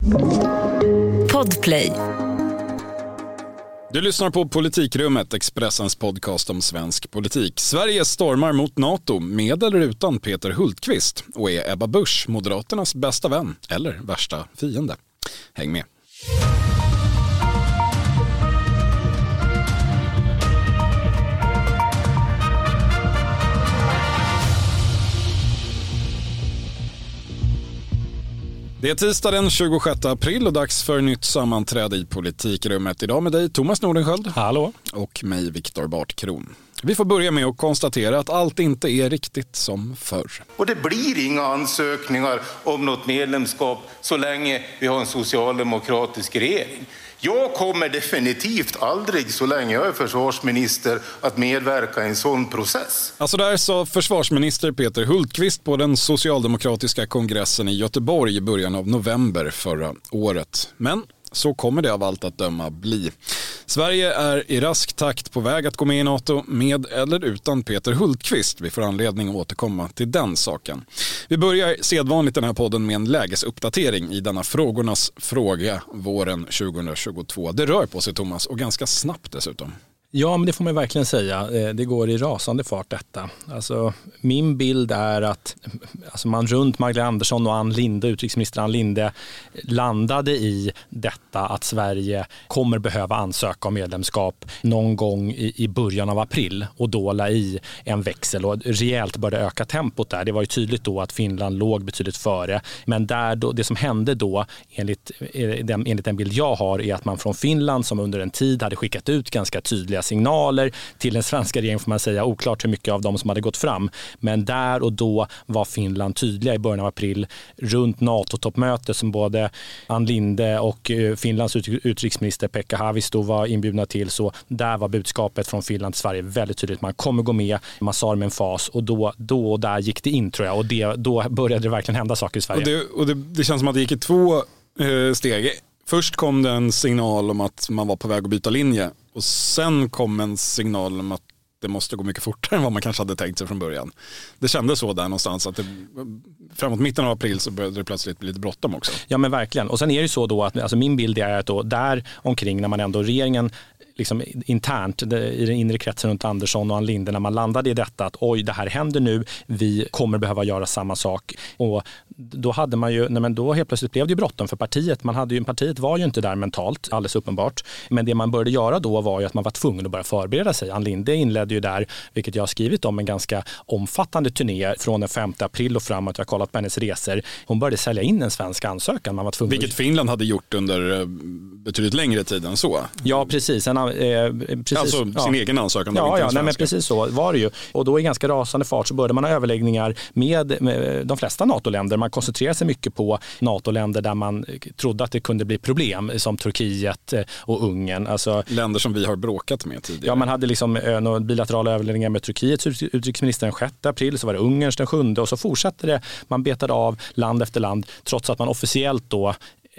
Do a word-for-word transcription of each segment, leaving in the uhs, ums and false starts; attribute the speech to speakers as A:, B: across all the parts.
A: Podplay.
B: Du lyssnar på Politikrummet, Expressens podcast om svensk politik. Sverige stormar mot NATO med eller utan Peter Hultqvist. Och är Ebba Busch Moderaternas bästa vän eller värsta fiende? Häng med. Det är tisdag den tjugosjätte april och dags för nytt sammanträde i Politikrummet. Idag med dig Thomas Nordenskjöld.
C: Hallå.
B: Och mig Viktor Bartkron. Vi får börja med att konstatera att allt inte är riktigt som förr.
D: Och det blir inga ansökningar om något medlemskap så länge vi har en socialdemokratisk regering. Jag kommer definitivt aldrig, så länge jag är försvarsminister, att medverka i en sån process.
B: Alltså där sa försvarsminister Peter Hultqvist på den socialdemokratiska kongressen i Göteborg i början av november förra året. Men så kommer det av allt att döma bli. Sverige är i rask takt på väg att gå med i NATO med eller utan Peter Hultqvist. Vi får anledning att återkomma till den saken. Vi börjar sedvanligt den här podden med en lägesuppdatering i denna frågornas fråga våren tjugohundratjugotvå. Det rör på sig, Thomas, och ganska snabbt dessutom.
C: Ja, men det får man verkligen säga. Det går i rasande fart detta. Alltså, min bild är att alltså man runt Magdalena Andersson och Ann Linde, utrikesminister Ann Linde, landade i detta att Sverige kommer behöva ansöka om medlemskap någon gång i, i början av april och då la i en växel och rejält började öka tempot där. Det var ju tydligt då att Finland låg betydligt före. Men där då, det som hände då, enligt den, enligt den bild jag har, är att man från Finland, som under en tid hade skickat ut ganska tydliga signaler till den svenska regeringen, får man säga, oklart hur mycket av dem som hade gått fram. Men där och då var Finland tydliga i början av april runt NATO-toppmöte som både Ann Linde och Finlands utrikesminister Pekka Haavisto var inbjudna till. Så där var budskapet från Finland till Sverige väldigt tydligt. Man kommer gå med, man sa det med en fas, och då, då och där gick det in, tror jag. Och det, då började det verkligen hända saker i Sverige.
B: Och det, och det, det känns som att det gick i två eh, steg. Först kom det en signal om att man var på väg att byta linje. Och sen kom en signal om att det måste gå mycket fortare än vad man kanske hade tänkt sig från början. Det kändes så där någonstans att det, framåt mitten av april så började det plötsligt bli lite bråttom också.
C: Ja, men verkligen. Och sen är det så då att alltså min bild är att då där omkring när man ändå regeringen liksom internt i den inre kretsen runt Andersson och Ann Linde, när man landade i detta att oj, det här händer nu, vi kommer behöva göra samma sak. Och då hade man ju, nej men då helt plötsligt blev det ju bråttom för partiet. Man hade ju, partiet var ju inte där mentalt, alldeles uppenbart. Men det man började göra då var ju att man var tvungen att börja förbereda sig. Ann Linde inledde ju där, vilket jag har skrivit om, en ganska omfattande turné från den femte april och framåt. Jag har kollat på hennes resor. Hon började sälja in en svensk ansökan. Man var tvungen.
B: Vilket Finland hade gjort under betydligt längre tid än så.
C: Ja, precis. En, eh, precis
B: alltså sin
C: ja.
B: egen ansökan.
C: Ja, ja nej, men precis så var det ju. Och då i ganska rasande fart så började man ha överläggningar med, med de flesta NATO-länder. Man koncentrerade sig mycket på NATO-länder där man trodde att det kunde bli problem, som Turkiet och Ungern. Alltså,
B: länder som vi har bråkat med tidigare.
C: Ja, man hade liksom några bilaterala överläggningar med Turkiets utrikesminister den sjätte april, så var det Ungerns den sjunde, och så fortsatte det. Man betade av land efter land, trots att man officiellt då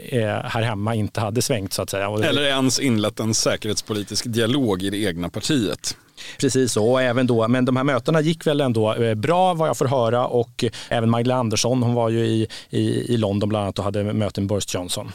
C: här hemma inte hade svängt, så att säga.
B: Eller ens inlett en säkerhetspolitisk dialog i det egna partiet.
C: Precis så, och även då, men de här mötena gick väl ändå bra vad jag får höra, och även Magdalena Andersson, hon var ju i, i, i London bland annat och hade möten med Boris Johnson.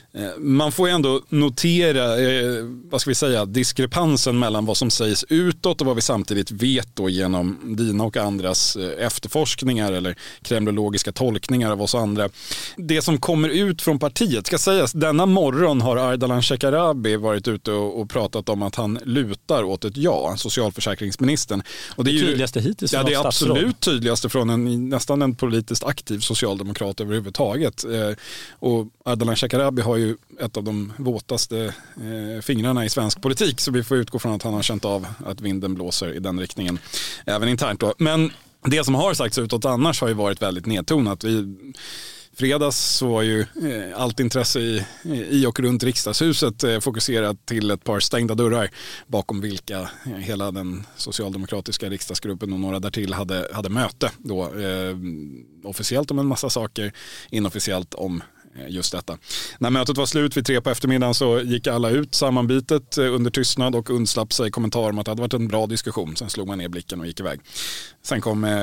B: Man får ju ändå notera, eh, vad ska vi säga, diskrepansen mellan vad som sägs utåt och vad vi samtidigt vet då genom dina och andras efterforskningar eller kremlologiska tolkningar av oss andra. Det som kommer ut från partiet, ska sägas, denna morgon har Ardalan Shekarabi varit ute och, och pratat om att han lutar åt ett ja, socialförsäkringsministern. Och det är ju
C: det tydligaste hittills.
B: Ja, det är
C: statsråd.
B: absolut tydligaste från en, nästan en politiskt aktiv socialdemokrat överhuvudtaget. Eh, och Ardalan Shekarabi har ju ett av de våtaste eh, fingrarna i svensk politik, så vi får utgå från att han har känt av att vinden blåser i den riktningen även internt då. Men det som har sagts utåt annars har ju varit väldigt nedtonat. Vi fredags så var ju eh, allt intresse i, i och runt riksdagshuset eh, fokuserat till ett par stängda dörrar bakom vilka eh, hela den socialdemokratiska riksdagsgruppen och några därtill hade, hade möte då, eh, officiellt om en massa saker, inofficiellt om just detta. När mötet var slut vid tre på eftermiddagen så gick alla ut sammanbitet under tystnad och undslapp sig kommentar om att det hade varit en bra diskussion. Sen slog man ner blicken och gick iväg. Sen kom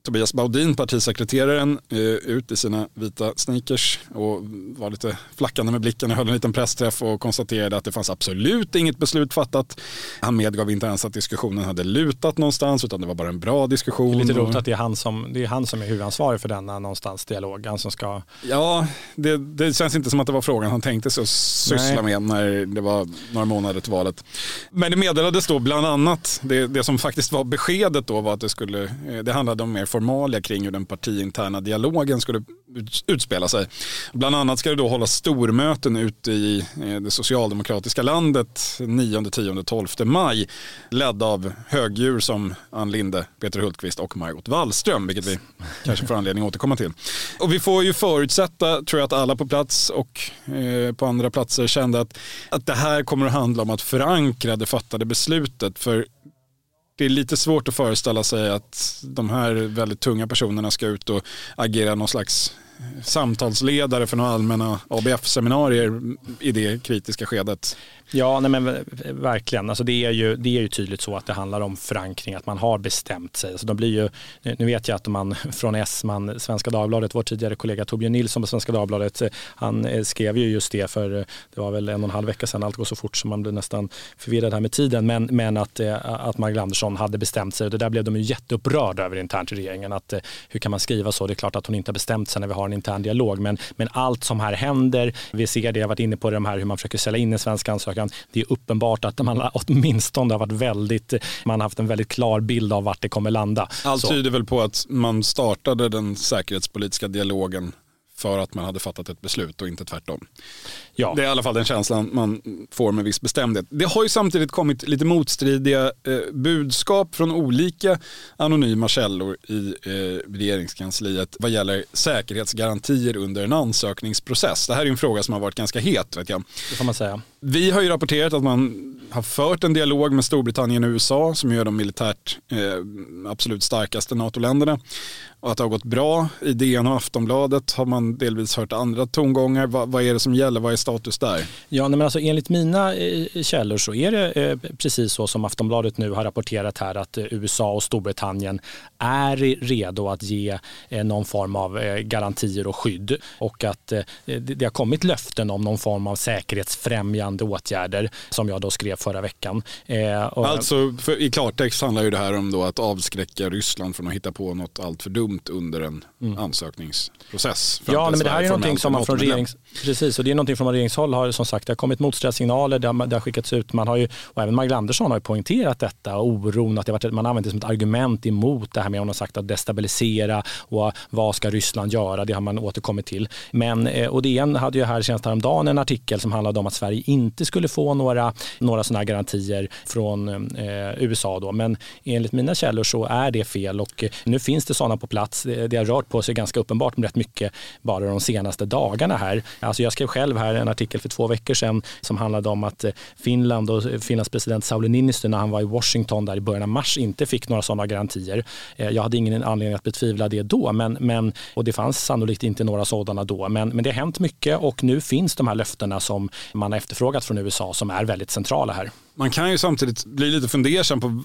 B: Tobias Baudin, partisekreteraren, ut i sina vita sneakers och var lite flackande med blicken och höll en liten pressträff och konstaterade att det fanns absolut inget beslut fattat. Han medgav inte ens att diskussionen hade lutat någonstans, utan det var bara en bra diskussion.
C: Det är lite roligt att det är han som, det är han som är huvudansvarig för denna någonstans dialog. Han som ska...
B: Ja, det, det känns inte som att det var frågan han tänkte sig att syssla Nej. med när det var några månader till valet. Men det meddelades då bland annat, det, det som faktiskt var beskedet då var att det skulle, det handlade om mer formalia kring hur den partiinterna dialogen skulle utspela sig. Bland annat ska det då hållas stormöten ute i det socialdemokratiska landet nionde, tionde, tolfte maj, ledd av högdjur som Ann Linde, Peter Hultqvist och Margot Wallström, vilket vi kanske får anledning att återkomma till. Och vi får ju förutsätta, tror jag, att alla på plats och eh, på andra platser kände att, att det här kommer att handla om att förankra det fattade beslutet, för det är lite svårt att föreställa sig att de här väldigt tunga personerna ska ut och agera någon slags samtalsledare för några allmänna A B F-seminarier i det kritiska skedet.
C: Ja, nej men verkligen. Alltså det är ju, det är ju tydligt så att det handlar om förankring, att man har bestämt sig. Alltså de blir ju, nu vet jag att man från S, man, Svenska Dagbladet, vår tidigare kollega Torbjörn Nilsson på Svenska Dagbladet, han skrev ju just det för, det var väl en och en halv vecka sedan, allt går så fort som man blir nästan förvirrad här med tiden, men, men att, att Magdalena Andersson hade bestämt sig, och det där blev de ju jätteupprörda över internt i regeringen, att hur kan man skriva så? Det är klart att hon inte har bestämt sig när vi har en intern dialog, men, men allt som här händer, vi ser det, jag har varit inne på de här hur man försöker sälja in en svensk ansökan. Det är uppenbart att man åtminstone har varit väldigt, man har haft en väldigt klar bild av vart det kommer landa.
B: Allt
C: så.
B: tyder väl på att man startade den säkerhetspolitiska dialogen för att man hade fattat ett beslut och inte tvärtom. Ja. Det är i alla fall den känslan man får med viss bestämdhet. Det har ju samtidigt kommit lite motstridiga eh, budskap från olika anonyma källor i eh, regeringskansliet vad gäller säkerhetsgarantier under en ansökningsprocess. Det här är en fråga som har varit ganska het, vet jag.
C: Det får man säga.
B: Vi har ju rapporterat att man har fört en dialog med Storbritannien och U S A, som är de militärt eh, absolut starkaste NATO-länderna, och att det har gått bra. I D N och Aftonbladet har man delvis hört andra tongångar. Va, vad är det som gäller? Vad är status där?
C: Ja, men alltså, enligt mina eh, källor så är det eh, precis så som Aftonbladet nu har rapporterat här, att eh, U S A och Storbritannien är redo att ge eh, någon form av eh, garantier och skydd, och att eh, det, det har kommit löften om någon form av säkerhetsfrämjande åtgärder, som jag då skrev förra veckan. Eh, och,
B: alltså för, i klartext handlar ju det här om då att avskräcka Ryssland från att hitta på något allt för dumt under en mm. ansökningsprocess.
C: Ja, men det här är någonting som man från regerings, precis, och det är någonting från regeringshåll har, som sagt, det har kommit motstridiga signaler, det har, det har skickats ut, man har ju, och även Magdalena Andersson har ju poängterat detta, och oron att det varit, man använt det som ett argument emot det här med, hon har sagt att destabilisera, och vad ska Ryssland göra, det har man återkommit till. Men, och det en hade ju här senast häromdagen en artikel som handlade om att Sverige inte skulle få några, några sådana garantier från eh, U S A då, men enligt mina källor så är det fel, och nu finns det sådana på plats. Det, det har rört på sig ganska uppenbart med rätt mycket bara de senaste dagarna här. Alltså jag skrev själv här en artikel för två veckor sedan som handlade om att Finland och Finlands president Sauli Niinistö, när han var i Washington där i början av mars, inte fick några sådana garantier. Jag hade ingen anledning att betvivla det då, men, men, och det fanns sannolikt inte några sådana då, men, men det har hänt mycket, och nu finns de här löftena som man har efterfrågat från U S A som är väldigt centrala här.
B: Man kan ju samtidigt bli lite fundersam på,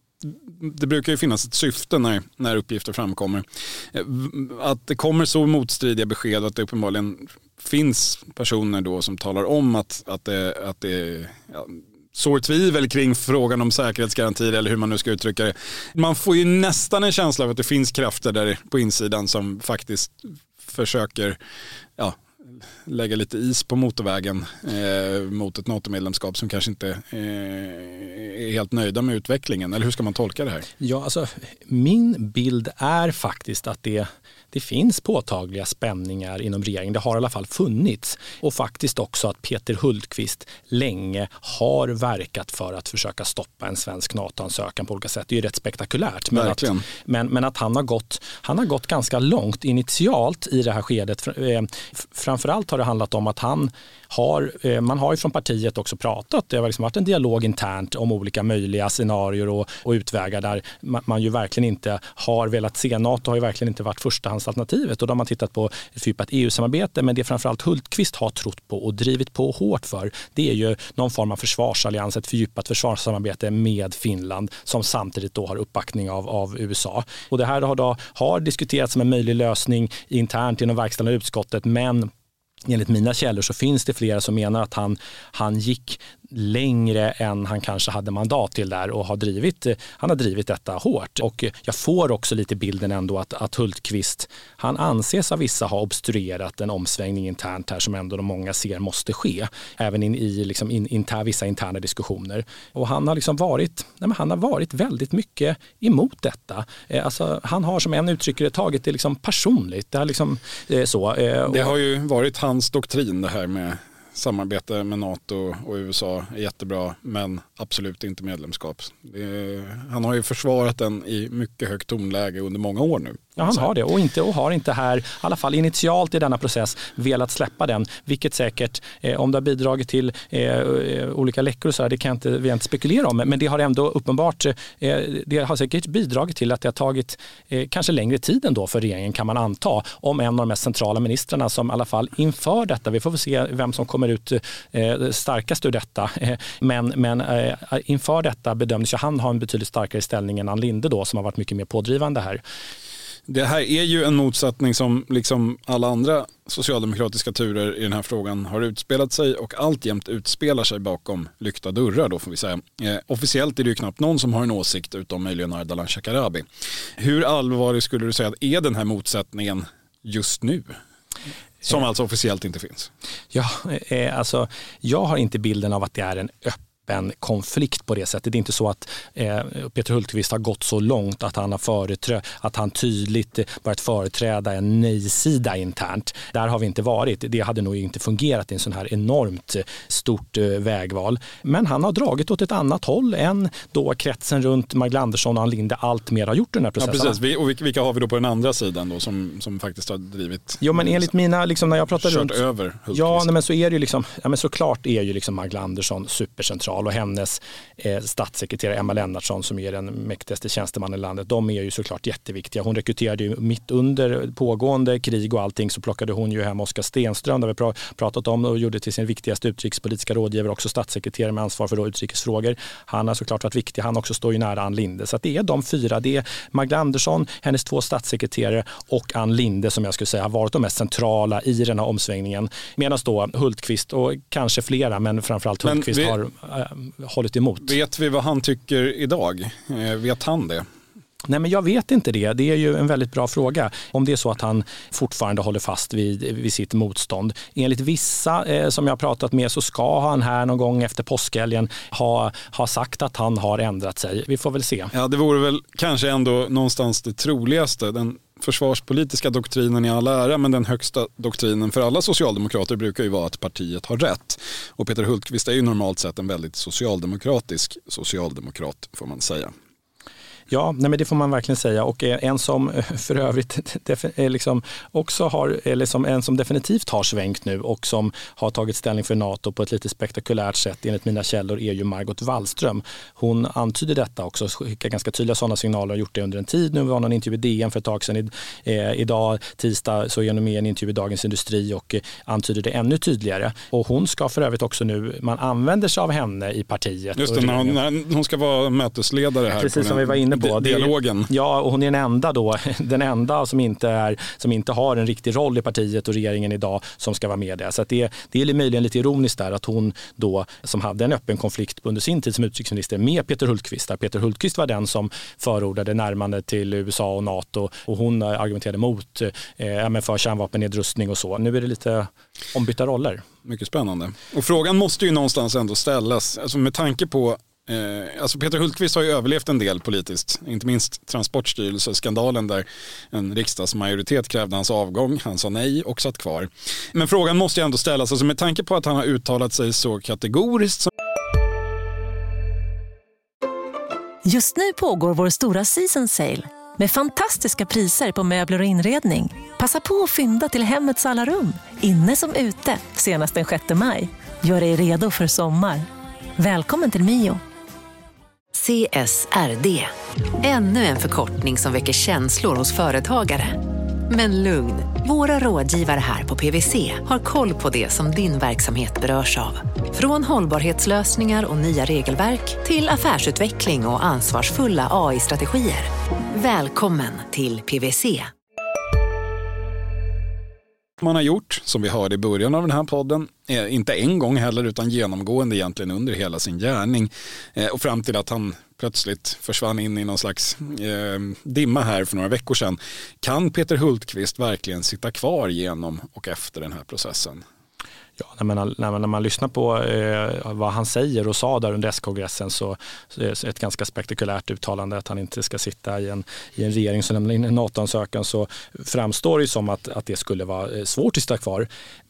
B: det brukar ju finnas ett syfte när, när uppgifter framkommer. Att det kommer så motstridiga besked att det uppenbarligen finns personer då som talar om att, att det, att det ja, sår tvivel kring frågan om säkerhetsgarantier, eller hur man nu ska uttrycka det. Man får ju nästan en känsla av att det finns krafter där på insidan som faktiskt försöker ja, lägga lite is på motorvägen eh, mot ett NATO-medlemskap som kanske inte eh, är helt nöjda med utvecklingen. Eller hur ska man tolka det här?
C: Ja, alltså, min bild är faktiskt att det, det finns påtagliga spänningar inom regeringen. Det har i alla fall funnits. Och faktiskt också att Peter Hultqvist länge har verkat för att försöka stoppa en svensk NATO-ansökan på olika sätt. Det är ju rätt spektakulärt. Men att, men, men att han har, gått, han har gått ganska långt initialt i det här skedet. Framförallt har det handlat om att han har, man har ju från partiet också pratat, det har liksom varit en dialog internt om olika olika möjliga scenarier och, och utvägar där man, man ju verkligen inte har velat se. NATO har ju verkligen inte varit förstahandsalternativet och då har man tittat på ett fördjupat E U-samarbete, men det framförallt Hultqvist har trott på och drivit på hårt för, det är ju någon form av försvarsallians, ett fördjupat försvarssamarbete med Finland som samtidigt då har uppbackning av, av U S A. Och det här har, då, har diskuterats som en möjlig lösning internt inom verkställande utskottet, men enligt mina källor så finns det flera som menar att han, han gick längre än han kanske hade mandat till där och har drivit, han har drivit detta hårt. Och jag får också lite bilden ändå att, att Hultqvist, han anses av vissa ha obstruerat en omsvängning internt här som ändå de många ser måste ske, även in i liksom in, inter, vissa interna diskussioner. Och han har liksom varit, nej men han har varit väldigt mycket emot detta. Eh, alltså, han har som en uttrycker det tagit det liksom personligt. Det, har liksom, eh, så, eh, och,
B: det har ju varit hans doktrin det här med samarbete med NATO och U S A är jättebra, men absolut inte medlemskap. Det, han har ju försvarat den i mycket högt tonläge under många år nu.
C: Ja, han har det och, inte, och har inte här, i alla fall initialt i denna process, velat släppa den. Vilket säkert, eh, om det har bidragit till eh, olika läckor och så här, det kan jag inte, vi inte spekulera om. Men det har ändå uppenbart, eh, det har säkert bidragit till att det har tagit eh, kanske längre tid ändå för regeringen, kan man anta, om en av de mest centrala ministrarna som i alla fall inför detta, vi får väl se vem som kommer ut eh, starkast ur detta, eh, men, men eh, inför detta bedömdes ju han ha en betydligt starkare ställning än Ann Linde då, som har varit mycket mer pådrivande här.
B: Det här är ju en motsättning som liksom alla andra socialdemokratiska turer i den här frågan har utspelat sig och alltjämt utspelar sig bakom lyckta dörrar då, får vi säga. Eh, officiellt är det ju knappt någon som har en åsikt utom möjligen Ardalan Shekarabi. Hur allvarlig skulle du säga att är den här motsättningen just nu? Som alltså officiellt inte finns.
C: Ja, eh, alltså jag har inte bilden av att det är en öppen en konflikt på det sättet. Det är inte så att eh, Peter Hultqvist har gått så långt att han har företrä- att han tydligt börjat företräda en nej-sida internt. Där har vi inte varit. Det hade nog inte fungerat i en sån här enormt stort eh, vägval. Men han har dragit åt ett annat håll än då kretsen runt Magdalena Andersson och Ann Linde allt mer har gjort i den här processen.
B: Ja, precis. Och vilka har vi då på den andra sidan då som, som faktiskt har drivit?
C: Jo, men enligt mina, liksom när jag pratar
B: kört
C: runt...
B: över Hultqvist.
C: Ja, nej, men så är det ju liksom, ja, men såklart är ju liksom Magdalena Andersson supercentral och hennes eh, statssekreterare Emma Lennartsson som är den mäktigaste tjänstemannen i landet, de är ju såklart jätteviktiga. Hon rekryterade ju mitt under pågående krig och allting, så plockade hon ju hem Oskar Stenström, där vi pr- pratat om och gjorde till sin viktigaste utrikespolitiska rådgivare, också statssekreterare med ansvar för då utrikesfrågor. Han har såklart varit viktig, han också står ju nära Ann Linde. Så att det är de fyra, det är Magdalena Andersson, hennes två statssekreterare och Ann Linde som jag skulle säga har varit de mest centrala i den här omsvängningen. Medan då Hultqvist och kanske flera, men framförallt Hultqvist vi... har äh, hållit emot.
B: Vet vi vad han tycker idag? Eh, vet han det?
C: Nej, men jag vet inte det. Det är ju en väldigt bra fråga. Om det är så att han fortfarande håller fast vid, vid sitt motstånd. Enligt vissa eh, som jag har pratat med så ska han här någon gång efter påskhelgen ha, ha sagt att han har ändrat sig. Vi får väl se.
B: Ja, det vore väl kanske ändå någonstans det troligaste. Den försvarspolitiska doktrinen i all ära, men den högsta doktrinen för alla socialdemokrater brukar ju vara att partiet har rätt. Och Peter Hultqvist är ju normalt sett en väldigt socialdemokratisk socialdemokrat, får man säga.
C: Ja, nej men det får man verkligen säga. Och en som för övrigt liksom också har, eller som en som definitivt har svängt nu och som har tagit ställning för NATO på ett lite spektakulärt sätt enligt mina källor är ju Margot Wallström. Hon antyder detta också, skickar ganska tydliga sådana signaler och har gjort det under en tid. Nu var någon intervju i D N för ett tag sedan. Eh, idag, tisdag, så är hon med en intervju i Dagens Industri och antyder det ännu tydligare. Och hon ska för övrigt också nu, man använder sig av henne i partiet.
B: Just det, när hon, när hon ska vara mötesledare här.
C: Precis som vi var inne på.
B: Dialogen.
C: Det, ja, och hon är den enda då, den enda som inte är, som inte har en riktig roll i partiet och regeringen idag som ska vara med där. Så att det, det är möjligen lite ironiskt där att hon då, som hade en öppen konflikt under sin tid som utrikesminister med Peter Hultqvist, där Peter Hultqvist var den som förordade närmande till U S A och NATO och hon argumenterade mot eh, men för kärnvapennedrustning och så. Nu är det lite ombytta roller.
B: Mycket spännande. Och frågan måste ju någonstans ändå ställas, alltså med tanke på Eh, alltså Peter Hultqvist har ju överlevt en del politiskt, inte minst Transportstyrelseskandalen där en riksdagsmajoritet krävde hans avgång, han sa nej och satt kvar. Men frågan måste ju ändå ställas, alltså med tanke på att han har uttalat sig så kategoriskt. Så...
A: Just nu pågår vår stora season sale med fantastiska priser på möbler och inredning. Passa på att fynda till hemmets alla rum, inne som ute, senast den sjätte maj. Gör dig redo för sommar. Välkommen till Mio. C S R D. Ännu en förkortning som väcker känslor hos företagare. Men lugn, våra rådgivare här på P W C har koll på det som din verksamhet berörs av. Från hållbarhetslösningar och nya regelverk till affärsutveckling och ansvarsfulla A I-strategier. Välkommen till P W C.
B: Man har gjort, som vi hörde i början av den här podden, eh, inte en gång heller utan genomgående egentligen under hela sin gärning eh, och fram till att han plötsligt försvann in i någon slags eh, dimma här för några veckor sedan. Kan Peter Hultqvist verkligen sitta kvar genom och efter den här processen?
C: Ja, när, man, när, man, när man lyssnar på eh, vad han säger och sa där under S-kongressen så, så är det ett ganska spektakulärt uttalande att han inte ska sitta i en, i en regering som lämnar in en NATO-ansökan, så framstår det som att, att det skulle vara svårt att sitta kvar.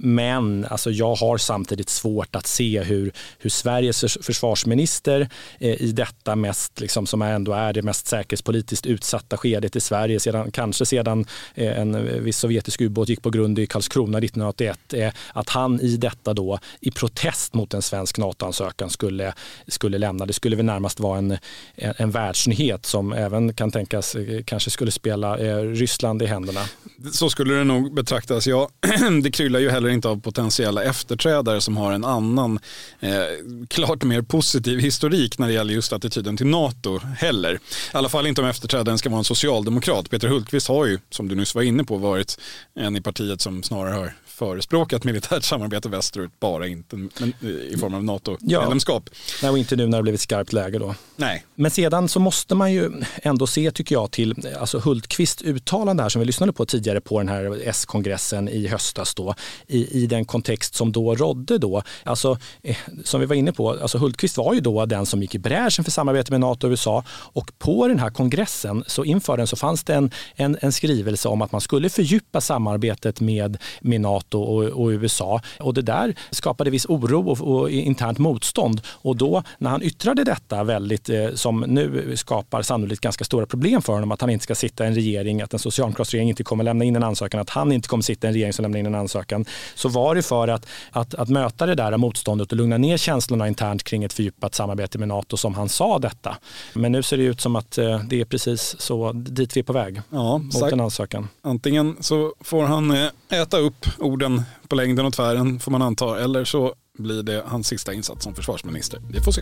C: Men alltså, jag har samtidigt svårt att se hur, hur Sveriges försvarsminister eh, i detta mest, liksom, som ändå är det mest säkerhetspolitiskt utsatta skedet i Sverige, sedan, kanske sedan eh, en viss sovjetisk ubåt gick på grund i Karlskrona nittonhundraåttioett, eh, att han i detta då i protest mot en svensk NATO-ansökan skulle, skulle lämna. Det skulle väl närmast vara en, en, en världsnyhet som även kan tänkas kanske skulle spela eh, Ryssland i händerna.
B: Så skulle det nog betraktas. Ja, det kryllar ju heller inte av potentiella efterträdare som har en annan eh, klart mer positiv historik när det gäller just attityden till NATO heller. I alla fall inte om efterträdaren ska vara en socialdemokrat. Peter Hultqvist har ju, som du nyss var inne på, varit en i partiet som snarare har förespråkat militärt samarbete västerut, bara inte men, i form av NATO-medlemskap.
C: Ja. Nej, och inte nu när det blivit skarpt läge då.
B: Nej.
C: Men sedan så måste man ju ändå se, tycker jag, till alltså Hultqvist uttalande här som vi lyssnade på tidigare på den här S-kongressen i höstas då, i, i den kontext som då rådde då. Alltså, eh, som vi var inne på, alltså Hultqvist var ju då den som gick i bräschen för samarbete med NATO och U S A, och på den här kongressen så inför den så fanns det en, en, en skrivelse om att man skulle fördjupa samarbetet med, med NATO Och, och U S A, och det där skapade viss oro och, och internt motstånd, och då när han yttrade detta väldigt eh, som nu skapar sannolikt ganska stora problem för honom, att han inte ska sitta i en regering, att en socialdemokratisk regering inte kommer lämna in en ansökan, att han inte kommer sitta i en regering som lämnar in en ansökan, så var det för att, att, att möta det där motståndet och lugna ner känslorna internt kring ett fördjupat samarbete med NATO som han sa detta. Men nu ser det ut som att eh, det är precis så dit vi är på väg, ja, mot en ansökan.
B: Antingen så får han eh, äta upp orden på längden och tvären, får man anta, eller så blir det hans sista insats som försvarsminister. Vi får se.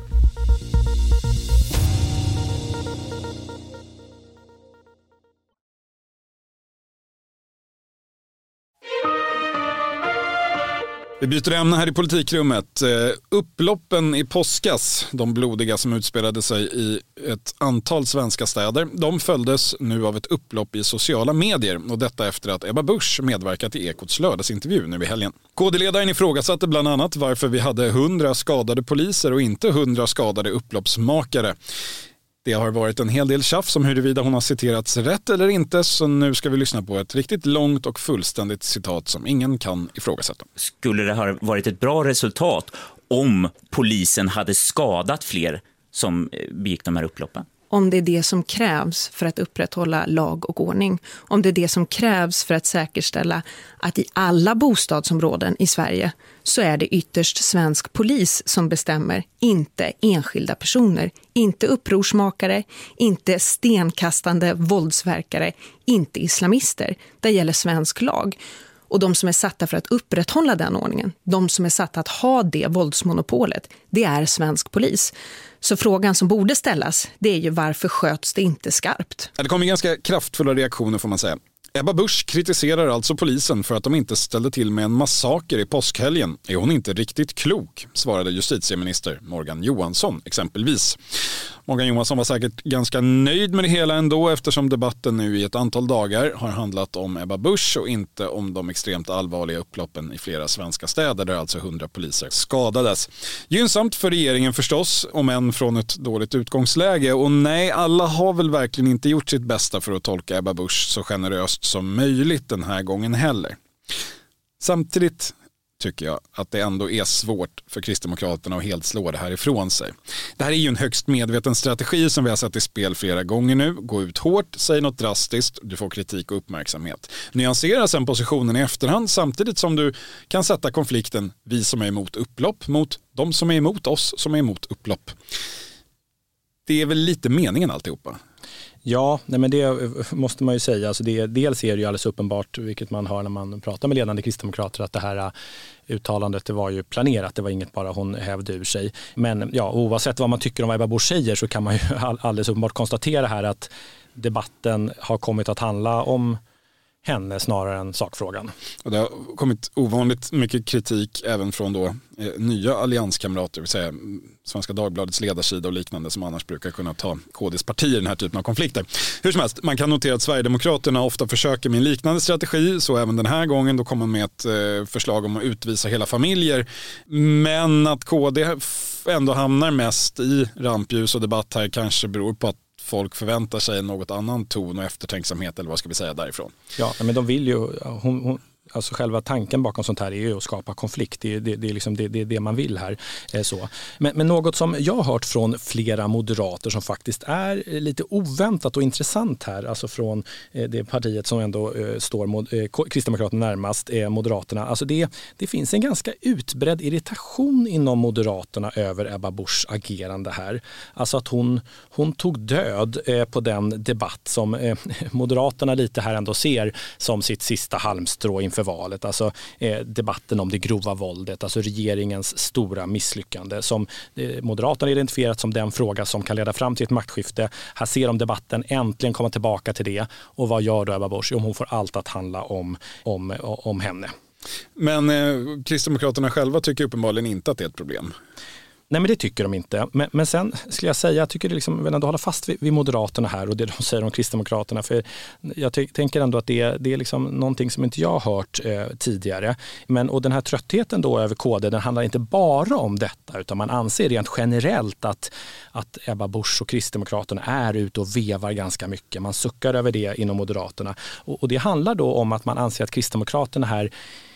B: Vi byter ämne här i politikrummet. Upploppen i påskas, de blodiga som utspelade sig i ett antal svenska städer, de följdes nu av ett upplopp i sociala medier, och detta efter att Ebba Busch medverkat i Ekots lördagsintervju nu i helgen. K D-ledaren ifrågasatte bland annat varför vi hade hundra skadade poliser och inte hundra skadade upploppsmakare. Det har varit en hel del tjafs om huruvida hon har citerats rätt eller inte, så nu ska vi lyssna på ett riktigt långt och fullständigt citat som ingen kan ifrågasätta.
E: Skulle det ha varit ett bra resultat om polisen hade skadat fler som begick de här upploppen?
F: Om det är det som krävs för att upprätthålla lag och ordning. Om det är det som krävs för att säkerställa att i alla bostadsområden i Sverige så är det ytterst svensk polis som bestämmer, inte enskilda personer. Inte upprorsmakare, inte stenkastande våldsverkare, inte islamister. Det gäller svensk lag. Och de som är satta för att upprätthålla den ordningen, de som är satta att ha det våldsmonopolet, det är svensk polis. Så frågan som borde ställas, det är ju varför sköts det inte skarpt?
B: Det kommer ganska kraftfulla reaktioner, får man säga. Ebba Busch kritiserar alltså polisen för att de inte ställde till med en massaker i påskhelgen. Är hon inte riktigt klok, svarade justitieminister Morgan Johansson exempelvis. Morgan Johansson var säkert ganska nöjd med det hela ändå, eftersom debatten nu i ett antal dagar har handlat om Ebba Busch och inte om de extremt allvarliga upploppen i flera svenska städer där alltså hundra poliser skadades. Gynnsamt för regeringen förstås, om än från ett dåligt utgångsläge. Och nej, alla har väl verkligen inte gjort sitt bästa för att tolka Ebba Busch så generöst som möjligt den här gången heller. Samtidigt tycker jag att det ändå är svårt för Kristdemokraterna att helt slå det här ifrån sig. Det här är ju en högst medveten strategi som vi har sett i spel flera gånger nu. Gå ut hårt, säg något drastiskt, du får kritik och uppmärksamhet. Nyansera sen positionen i efterhand samtidigt som du kan sätta konflikten vi som är emot upplopp mot de som är emot oss som är emot upplopp. det är väl lite meningen alltihopa?
C: Ja, nej men det måste man ju säga. Alltså det, dels är det ju alldeles uppenbart, vilket man hör när man pratar med ledande kristdemokrater, att det här uttalandet det var ju planerat. Det var inget bara hon hävde ur sig. Men ja, oavsett vad man tycker om vad Ebba Busch säger så kan man ju alldeles uppenbart konstatera här att debatten har kommit att handla om henne snarare än sakfrågan.
B: Och det har kommit ovanligt mycket kritik även från då eh, nya allianskamrater, vill säga Svenska Dagbladets ledarsida och liknande, som annars brukar kunna ta K D:s parti i den här typen av konflikter. Hur som helst, man kan notera att Sverigedemokraterna ofta försöker med en liknande strategi, så även den här gången då kommer man med ett eh, förslag om att utvisa hela familjer, men att K D ändå hamnar mest i rampljus och debatt här kanske beror på att folk förväntar sig något annan ton och eftertänksamhet, eller vad ska vi säga därifrån?
C: Ja, men de vill ju, hon, hon, alltså själva tanken bakom sånt här är ju att skapa konflikt. Det är det, det, är liksom det, det, det man vill här. Eh, så. Men, men något som jag har hört från flera moderater som faktiskt är lite oväntat och intressant här, alltså från eh, det partiet som ändå eh, står mod, eh, Kristdemokraterna närmast, eh, Moderaterna. Alltså det, det finns en ganska utbredd irritation inom Moderaterna över Ebba Buschs agerande här. Alltså att hon, hon tog död eh, på den debatt som eh, Moderaterna lite här ändå ser som sitt sista halmstrå inför valet, alltså eh, debatten om det grova våldet, alltså regeringens stora misslyckande som eh, Moderaterna identifierat som den fråga som kan leda fram till ett maktskifte. Här ser de debatten äntligen komma tillbaka till det, och vad gör då Ebba Busch? Om hon får allt att handla om, om, om henne.
B: Men eh, Kristdemokraterna själva tycker uppenbarligen inte att det är ett problem.
C: Nej, men det tycker de inte. Men, men sen skulle jag säga, jag tycker det liksom, vill ändå hålla fast vid, vid Moderaterna här och det de säger om Kristdemokraterna. För jag ty- tänker ändå att det, det är liksom någonting som inte jag har hört eh, tidigare. Men, och den här tröttheten då över K D, den handlar inte bara om detta, utan man anser rent generellt att, att Ebba Busch och Kristdemokraterna är ute och vevar ganska mycket. Man suckar över det inom Moderaterna. Och, och det handlar då om att man anser att Kristdemokraterna här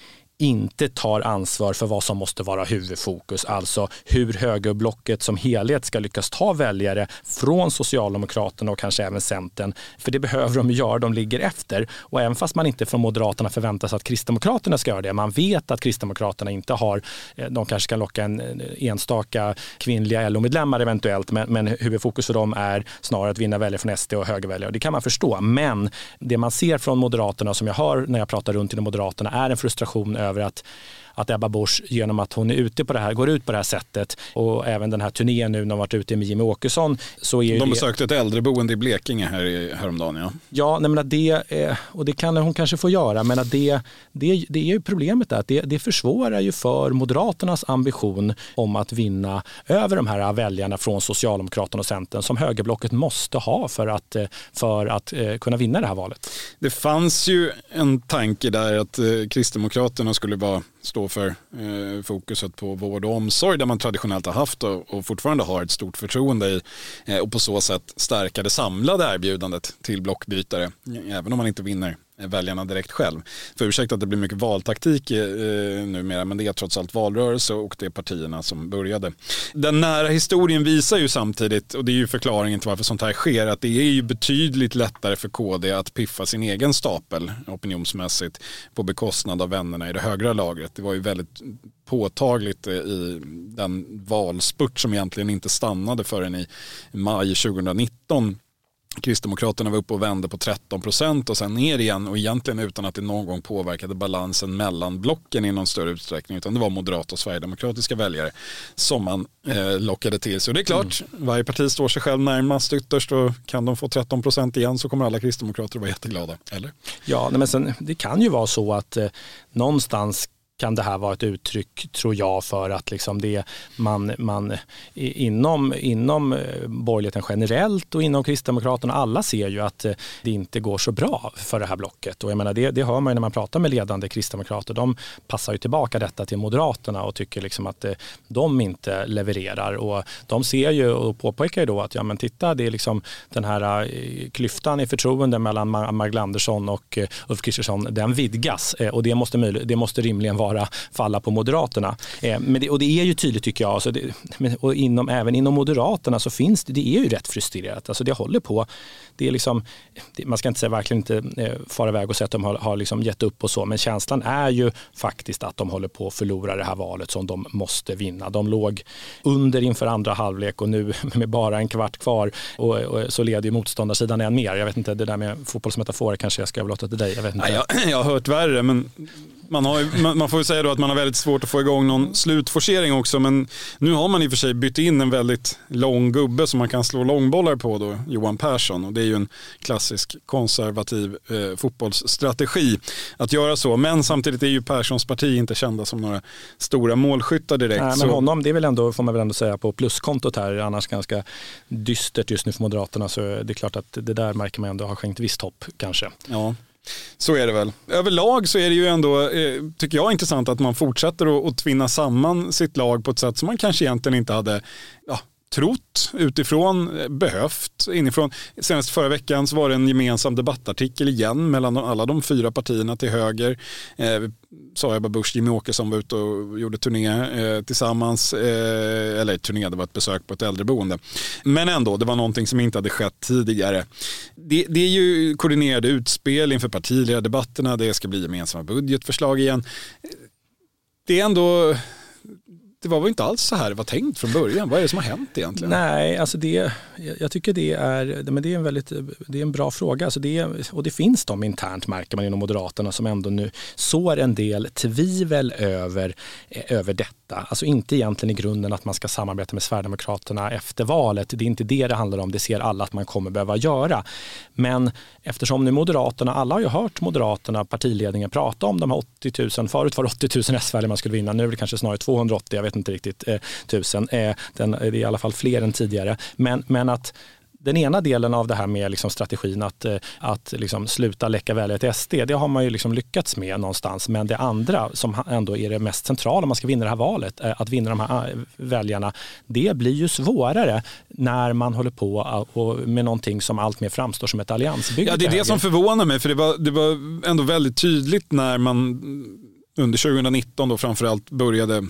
C: inte tar ansvar för vad som måste vara huvudfokus, alltså hur högerblocket som helhet ska lyckas ta väljare från Socialdemokraterna och kanske även Centern, för det behöver de göra, de ligger efter. Och även fast man inte från Moderaterna förväntar sig att Kristdemokraterna ska göra det, man vet att Kristdemokraterna inte har, de kanske kan locka en enstaka kvinnliga L O-medlemmar eventuellt, men, men huvudfokus för dem är snarare att vinna väljare från S D och högerväljare, det kan man förstå. Men det man ser från Moderaterna, som jag hör när jag pratar runt inom Moderaterna, är en frustration över att, att Ebba Busch, genom att hon är ute på det här, går ut på det här sättet, och även den här turnén nu när de varit ute med Jimmie Åkesson, så är
B: de
C: det...
B: besökte ett äldreboende i Blekinge här i, häromdagen, ja.
C: Ja, nej, men att det, och det kan hon kanske få göra, men att det, det, det är ju problemet där, att det, det försvårar ju för Moderaternas ambition om att vinna över de här väljarna från Socialdemokraterna och Centern som högerblocket måste ha för att, för att kunna vinna det här valet.
B: Det fanns ju en tanke där att eh, Kristdemokraterna skulle bara stå för eh, fokuset på vård och omsorg, där man traditionellt har haft och, och fortfarande har ett stort förtroende i, eh, och på så sätt stärka det samlade erbjudandet till blockbytare, även om man inte vinner väljarna direkt själv. För ursäkta att det blir mycket valtaktik eh, numera, men det är trots allt valrörelse och det är partierna som började. Den nära historien visar ju samtidigt, och det är ju förklaringen till varför sånt här sker, att det är ju betydligt lättare för K D att piffa sin egen stapel opinionsmässigt på bekostnad av vännerna i det högra lagret. Det var ju väldigt påtagligt i den valspurt som egentligen inte stannade förrän i maj tjugonitton. Kristdemokraterna var uppe och vände på tretton procent och sen ner igen, och egentligen utan att det någon gång påverkade balansen mellan blocken i någon större utsträckning, utan det var moderata och sverigedemokratiska väljare som man eh, lockade till. Så det är klart, mm. varje parti står sig själv närmast ytterst, och kan de få tretton procent igen så kommer alla kristdemokrater vara jätteglada, eller?
C: Ja, men sen, det kan ju vara så att eh, någonstans kan det här vara ett uttryck, tror jag, för att liksom det man, man inom, inom borgerligheten generellt och inom Kristdemokraterna, alla ser ju att det inte går så bra för det här blocket. Och jag menar, det, det hör man ju när man pratar med ledande kristdemokrater. De passar ju tillbaka detta till Moderaterna och tycker liksom att de inte levererar. Och de ser ju och påpekar ju då att ja, men titta, det är liksom den här klyftan i förtroende mellan Magdalena Andersson och Ulf Kristersson, den vidgas. Och det måste, det måste rimligen vara bara falla på Moderaterna. Eh, men det, och det är ju tydligt tycker jag, alltså det, och inom, även inom Moderaterna så finns det, det är ju rätt frustrerat. Alltså det håller på, det är liksom, det, man ska inte säga verkligen inte eh, fara iväg och säga att de har, har liksom gett upp och så, men känslan är ju faktiskt att de håller på att förlora det här valet som de måste vinna. De låg under inför andra halvlek och nu med bara en kvart kvar och, och så leder ju motståndarsidan än mer. Jag vet inte, det där med fotbollsmetaforer kanske jag ska överlåta till dig. Jag vet inte.
B: Ja, jag, jag har hört värre, men man, har, man, man får ju säga då att man har väldigt svårt att få igång någon slutforcering också, men nu har man i och för sig bytt in en väldigt lång gubbe som man kan slå långbollar på då, Johan Persson, och det är ju en klassisk konservativ eh, fotbollsstrategi att göra så, men samtidigt är ju Perssons parti inte kända som några stora målskyttar direkt.
C: Nej, men
B: så.
C: honom, det är väl ändå, får man väl ändå säga, på pluskontot här, annars ganska dystert just nu för Moderaterna, så det är klart att det där märker man ändå har skänkt visst hopp kanske.
B: Ja. Så är det väl. Överlag så är det ju ändå, eh, tycker jag, intressant att man fortsätter att, att tvinna samman sitt lag på ett sätt som man kanske egentligen inte hade ja, trott utifrån, behövt inifrån. Senast förra veckan så var det en gemensam debattartikel igen mellan alla de fyra partierna till höger. Eh, Sara Ebba Busch, Jimmie Åkesson var ute och gjorde turné eh, tillsammans, eh, eller turné, det var ett besök på ett äldreboende. Men ändå, det var någonting som inte hade skett tidigare. Det, det är ju koordinerade utspel inför partiledardebatterna, det ska bli gemensamma budgetförslag igen. Det är ändå... Det var väl inte alls så här det var tänkt från början. Vad är det som har hänt egentligen?
C: Nej, alltså det, jag tycker det är, men det är en väldigt, det är en bra fråga. Alltså det, och det finns de internt, märker man inom Moderaterna, som ändå nu sår en del tvivel över, över detta. Alltså inte egentligen i grunden att man ska samarbeta med Sverigedemokraterna efter valet. Det är inte det det handlar om. Det ser alla att man kommer behöva göra. Men eftersom nu Moderaterna, alla har ju hört Moderaterna, partiledningen, prata om de här åttio tusen. Förut var det åttio tusen S-väljare man skulle vinna. Nu är det kanske snarare tvåhundraåttio, jag vet inte riktigt, eh, tusen. Eh, den, det är i alla fall fler än tidigare. Men, men att den ena delen av det här med liksom strategin att, att liksom sluta läcka väljare till S D, det har man ju liksom lyckats med någonstans. Men det andra som ändå är det mest centrala om man ska vinna det här valet, att vinna de här väljarna, det blir ju svårare när man håller på med någonting som allt mer framstår som ett alliansbygge.
B: Ja, det är det som förvånar mig, för det var, det var ändå väldigt tydligt när man under tjugonitton då framförallt började,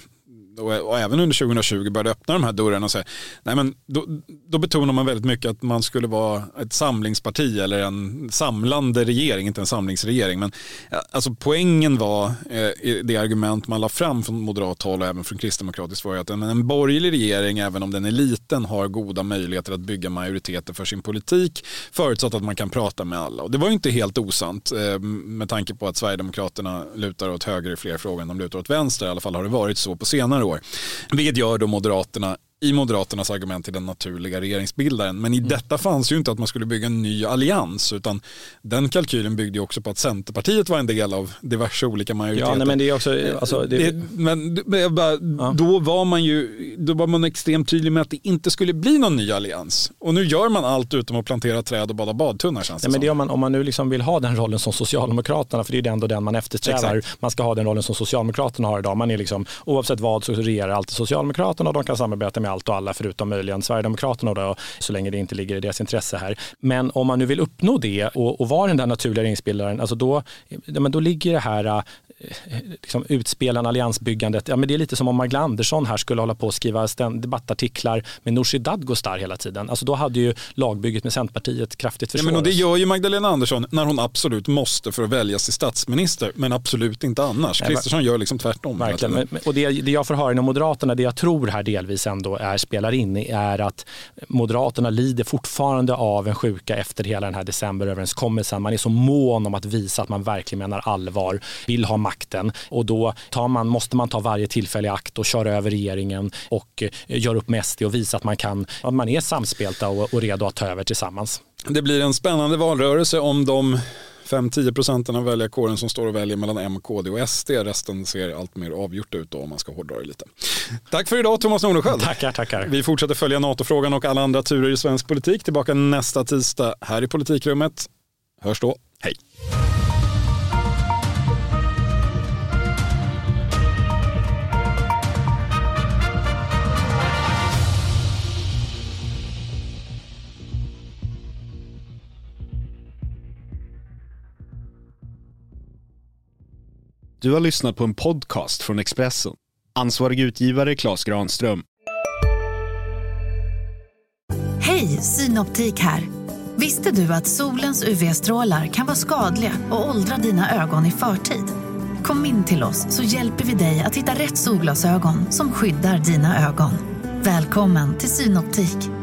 B: och även under tjugohundratjugo började öppna de här dörrarna och säga, nej men då, då betonar man väldigt mycket att man skulle vara ett samlingsparti eller en samlande regering, inte en samlingsregering. Men alltså poängen var eh, det argument man la fram från moderat håll och även från kristdemokratiskt var att en, en borgerlig regering, även om den är liten, har goda möjligheter att bygga majoriteter för sin politik, förutsatt att man kan prata med alla. Och det var ju inte helt osant eh, med tanke på att Sverigedemokraterna lutar åt höger i fler frågor än de lutar åt vänster. I alla fall har det varit så på senare år. Vilket gör då Moderaterna i Moderaternas argument till den naturliga regeringsbildaren. Men i mm. detta fanns ju inte att man skulle bygga en ny allians, utan den kalkylen byggde ju också på att Centerpartiet var en del av diverse olika majoriteter.
C: Ja, nej, men det är också... Alltså, det...
B: Det, men bara, ja. då var man ju då var man extremt tydlig med att det inte skulle bli någon ny allians. Och nu gör man allt utom att plantera träd och bada badtunnar, känns det
C: nej, men
B: som.
C: det är om, man, om man nu liksom vill ha den rollen som Socialdemokraterna, för det är ändå den man eftersträvar.
B: Exakt.
C: Man ska ha den rollen som Socialdemokraterna har idag. Man är liksom, oavsett vad så regerar alltid Socialdemokraterna och de kan samarbeta med allt och alla förutom möjligen Sverigedemokraterna då, så länge det inte ligger i deras intresse här. Men om man nu vill uppnå det och, och vara den där naturliga regeringsbildaren, alltså då, men då ligger det här liksom utspelande alliansbyggandet, ja, men det är lite som om Magdalena Andersson här skulle hålla på att skriva debattartiklar med Nooshi Dadgostar hela tiden. Alltså då hade ju lagbygget med Centerpartiet kraftigt försvårats.
B: Ja, men och det gör ju Magdalena Andersson när hon absolut måste för att väljas till statsminister, men absolut inte annars. Kristersson gör liksom tvärtom.
C: Verkligen. Men, och det, det jag får höra inom Moderaterna, det jag tror här delvis ändå är, spelar in i, är att Moderaterna lider fortfarande av en sjuka efter hela den här decemberöverenskommelsen. Man är så mån om att visa att man verkligen menar allvar, vill ha makten, och då tar man, måste man ta varje tillfälle i akt och köra över regeringen och göra upp med S D och visa att man kan, att man är samspelta och, och redo att ta över tillsammans.
B: Det blir en spännande valrörelse om de fem till tio procent av väljarkåren som står och väljer mellan M, K D och S D. Resten ser allt mer avgjort ut då, om man ska hårdra det lite. Tack för idag, Thomas Nordenskiöld.
C: Tackar, tackar.
B: Vi fortsätter följa NATO-frågan och alla andra turer i svensk politik. Tillbaka nästa tisdag här i Politikrummet. Hörs då. Hej.
G: Du har lyssnat på en podcast från Expressen. Ansvarig utgivare Claes Granström.
H: Hej, Synoptik här. Visste du att solens U V-strålar kan vara skadliga och åldra dina ögon i förtid? Kom in till oss så hjälper vi dig att hitta rätt solglasögon som skyddar dina ögon. Välkommen till Synoptik.